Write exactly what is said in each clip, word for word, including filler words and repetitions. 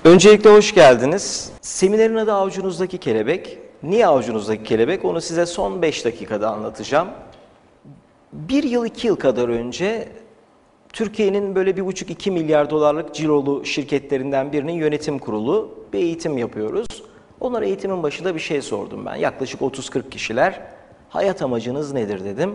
Öncelikle hoş geldiniz. Seminerin adı Avucunuzdaki Kelebek. Niye Avucunuzdaki Kelebek? Onu size son beş dakikada anlatacağım. Bir yıl, iki yıl kadar önce Türkiye'nin böyle bir buçuk iki milyar dolarlık cirolu şirketlerinden birinin yönetim kurulu bir eğitim yapıyoruz. Onlara eğitimin başında bir şey sordum ben. Yaklaşık otuz kırk kişiler. Hayat amacınız nedir dedim.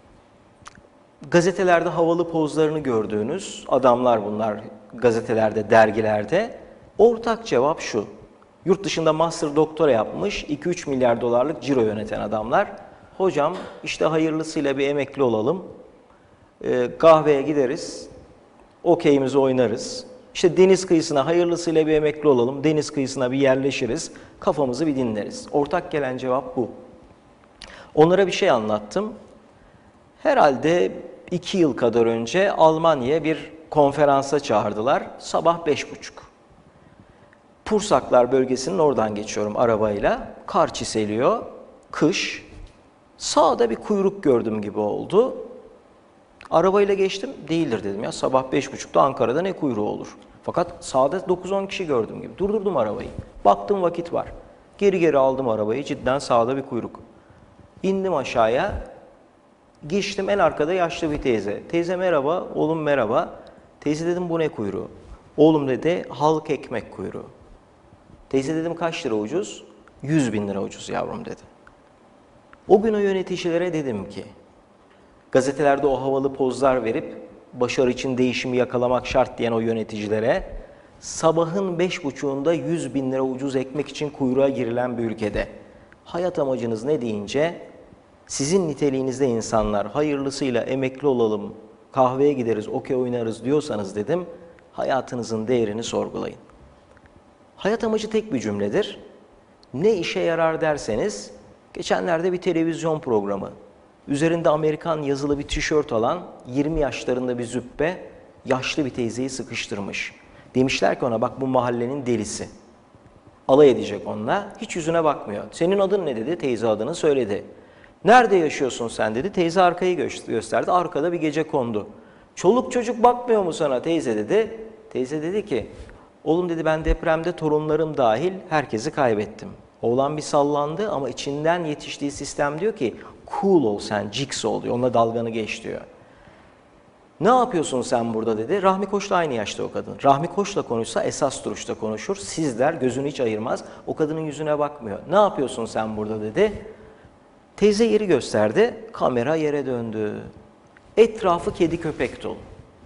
Gazetelerde havalı pozlarını gördüğünüz adamlar bunlar, gazetelerde, dergilerde. Ortak cevap şu: yurt dışında master doktora yapmış, iki üç milyar dolarlık ciro yöneten adamlar. Hocam işte hayırlısıyla bir emekli olalım, e, kahveye gideriz, okeyimizi oynarız. İşte deniz kıyısına hayırlısıyla bir emekli olalım, deniz kıyısına bir yerleşiriz, kafamızı bir dinleriz. Ortak gelen cevap bu. Onlara bir şey anlattım. Herhalde iki yıl kadar önce Almanya'ya bir konferansa çağırdılar. Sabah beş buçuk. Pursaklar bölgesinin oradan geçiyorum arabayla. Kar çiseliyor, kış. Sağda bir kuyruk gördüm gibi oldu. Arabayla geçtim, değildir dedim ya. Sabah beş buçukta Ankara'da ne kuyruğu olur? Fakat sağda dokuz on kişi gördüm gibi. Durdurdum arabayı. Baktım vakit var. Geri geri aldım arabayı. Cidden sağda bir kuyruk. İndim aşağıya. Geçtim, en arkada yaşlı bir teyze. Teyze merhaba, oğlum merhaba. Teyze dedim bu ne kuyruğu? Oğlum dedi halk ekmek kuyruğu. Teyze dedim kaç lira ucuz? yüz bin lira ucuz yavrum dedi. O gün o yöneticilere dedim ki, gazetelerde o havalı pozlar verip başarı için değişimi yakalamak şart diyen o yöneticilere, sabahın beş buçuğunda yüz bin lira ucuz ekmek için kuyruğa girilen bir ülkede hayat amacınız ne deyince, sizin niteliğinizde insanlar hayırlısıyla emekli olalım, kahveye gideriz, okey oynarız diyorsanız dedim, hayatınızın değerini sorgulayın. Hayat amacı tek bir cümledir. Ne işe yarar derseniz, geçenlerde bir televizyon programı, üzerinde Amerikan yazılı bir tişört alan yirmi yaşlarında bir züppe, yaşlı bir teyzeyi sıkıştırmış. Demişler ki ona bak bu mahallenin delisi. Alay edecek onunla, hiç yüzüne bakmıyor. Senin adın ne dedi? Teyze adını söyledi. Nerede yaşıyorsun sen dedi. Teyze arkayı gösterdi. Arkada bir gecekondu. Çoluk çocuk bakmıyor mu sana teyze dedi. Teyze dedi ki, oğlum dedi ben depremde torunlarım dahil herkesi kaybettim. Oğlan bir sallandı ama içinden yetiştiği sistem diyor ki, cool ol sen, jigsaw diyor. Onunla dalganı geç diyor. Ne yapıyorsun sen burada dedi. Rahmi Koç'la aynı yaşta o kadın. Rahmi Koç'la konuşsa esas duruşta konuşur. Sizler gözünü hiç ayırmaz. O kadının yüzüne bakmıyor. Ne yapıyorsun sen burada dedi. Teyze yeri gösterdi. Kamera yere döndü. Etrafı kedi köpek dolu.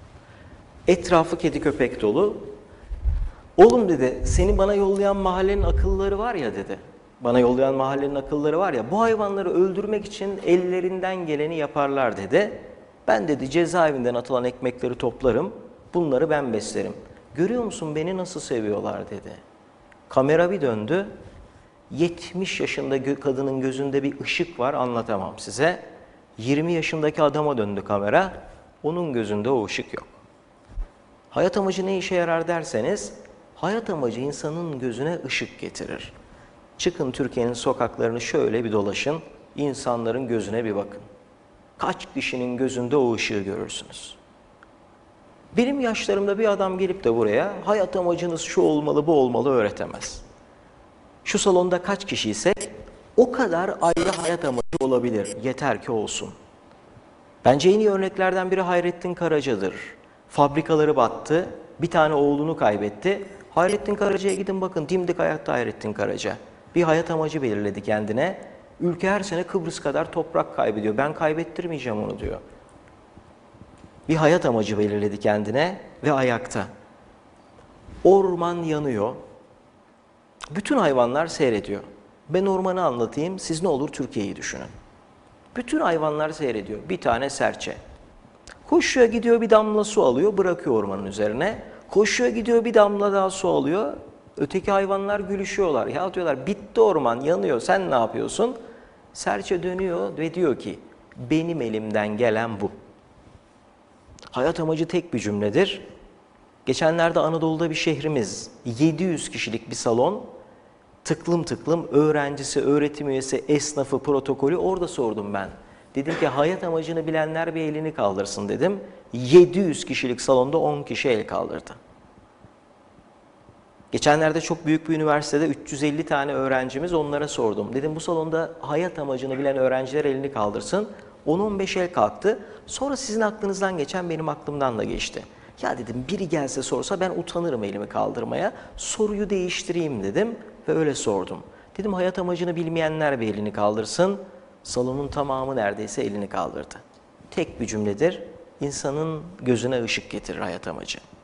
Etrafı kedi köpek dolu. Oğlum dedi, seni bana yollayan mahallenin akılları var ya dedi. Bana yollayan mahallenin akılları var ya, bu hayvanları öldürmek için ellerinden geleni yaparlar dedi. Ben dedi cezaevinden atılan ekmekleri toplarım, bunları ben beslerim. Görüyor musun beni nasıl seviyorlar dedi. Kamera bir döndü. yetmiş yaşında kadının gözünde bir ışık var, anlatamam size. yirmi yaşındaki adama döndü kamera, onun gözünde o ışık yok. Hayat amacı ne işe yarar derseniz, hayat amacı insanın gözüne ışık getirir. Çıkın Türkiye'nin sokaklarını şöyle bir dolaşın, insanların gözüne bir bakın. Kaç kişinin gözünde o ışığı görürsünüz? Benim yaşlarımda bir adam gelip de buraya hayat amacınız şu olmalı, bu olmalı öğretemez. Şu salonda kaç kişiysek o kadar ayrı hayat amacı olabilir, yeter ki olsun. Bence en iyi örneklerden biri Hayrettin Karaca'dır. Fabrikaları battı, bir tane oğlunu kaybetti. Hayrettin Karaca'ya gidin bakın, dimdik ayakta Hayrettin Karaca. Bir hayat amacı belirledi kendine. Ülke her sene Kıbrıs kadar toprak kaybediyor. Ben kaybettirmeyeceğim onu diyor. Bir hayat amacı belirledi kendine ve ayakta. Orman yanıyor. Bütün hayvanlar seyrediyor. Ben ormanı anlatayım, siz ne olur Türkiye'yi düşünün. Bütün hayvanlar seyrediyor. Bir tane serçe. Koşuyor gidiyor bir damla su alıyor, bırakıyor ormanın üzerine. Koşuyor gidiyor bir damla daha su alıyor. Öteki hayvanlar gülüşüyorlar. Ya diyorlar bitti orman yanıyor, sen ne yapıyorsun? Serçe dönüyor ve diyor ki benim elimden gelen bu. Hayat amacı tek bir cümledir. Geçenlerde Anadolu'da bir şehrimiz, yedi yüz kişilik bir salon, tıklım tıklım öğrencisi, öğretim üyesi, esnafı, protokolü orada sordum ben. Dedim ki hayat amacını bilenler bir elini kaldırsın dedim. yedi yüz kişilik salonda on kişi el kaldırdı. Geçenlerde çok büyük bir üniversitede üç yüz elli tane öğrencimiz, onlara sordum. Dedim bu salonda hayat amacını bilen öğrenciler elini kaldırsın. on on beş el kalktı. Sonra sizin aklınızdan geçen benim aklımdan da geçti. Ya dedim biri gelse sorsa ben utanırım elimi kaldırmaya. Soruyu değiştireyim dedim ve öyle sordum. Dedim hayat amacını bilmeyenler bir elini kaldırsın. Salonun tamamı neredeyse elini kaldırdı. Tek bir cümledir. İnsanın gözüne ışık getirir hayat amacı.